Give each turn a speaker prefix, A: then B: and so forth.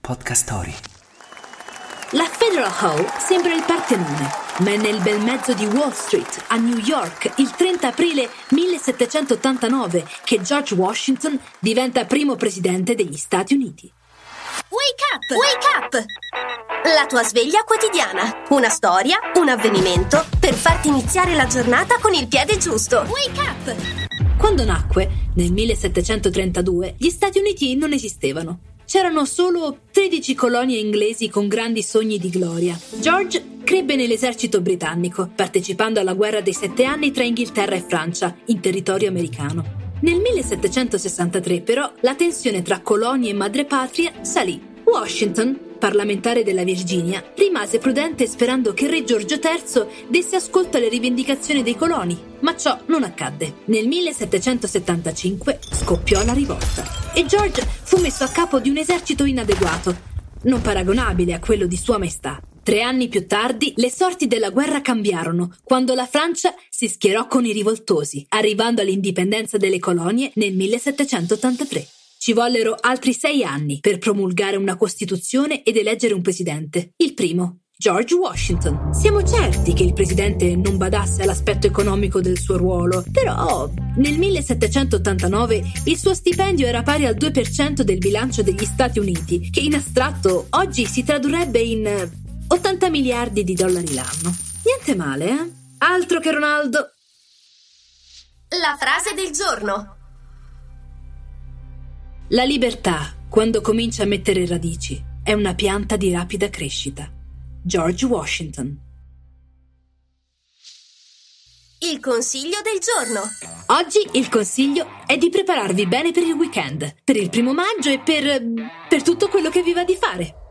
A: Podcast Story.
B: La Federal Hall sembra il Partenone, ma è nel bel mezzo di Wall Street, a New York, il 30 aprile 1789, che George Washington diventa primo presidente degli Stati Uniti.
C: Wake up! La tua sveglia quotidiana. Una storia, un avvenimento per farti iniziare la giornata con il piede giusto. Wake up!
B: Quando nacque, nel 1732, gli Stati Uniti non esistevano. C'erano solo 13 colonie inglesi con grandi sogni di gloria. George crebbe nell'esercito britannico, partecipando alla guerra dei 7 anni tra Inghilterra e Francia, in territorio americano. Nel 1763, però, la tensione tra colonie e madrepatria salì. Washington, parlamentare della Virginia, rimase prudente sperando che il re Giorgio III desse ascolto alle rivendicazioni dei coloni, ma ciò non accadde. Nel 1775 scoppiò la rivolta e George fu messo a capo di un esercito inadeguato, non paragonabile a quello di Sua Maestà. 3 anni più tardi le sorti della guerra cambiarono quando la Francia si schierò con i rivoltosi, arrivando all'indipendenza delle colonie nel 1783. Ci vollero altri 6 anni per promulgare una Costituzione ed eleggere un presidente. Il primo, George Washington. Siamo certi che il presidente non badasse all'aspetto economico del suo ruolo, però nel 1789 il suo stipendio era pari al 2% del bilancio degli Stati Uniti, che in astratto oggi si tradurrebbe in 80 miliardi di dollari l'anno. Niente male, eh? Altro che Ronaldo.
C: La frase del giorno.
B: La libertà, quando comincia a mettere radici, è una pianta di rapida crescita. George Washington.
C: Il consiglio del giorno.
B: Oggi il consiglio è di prepararvi bene per il weekend, per il 1° maggio e per tutto quello che vi va di fare.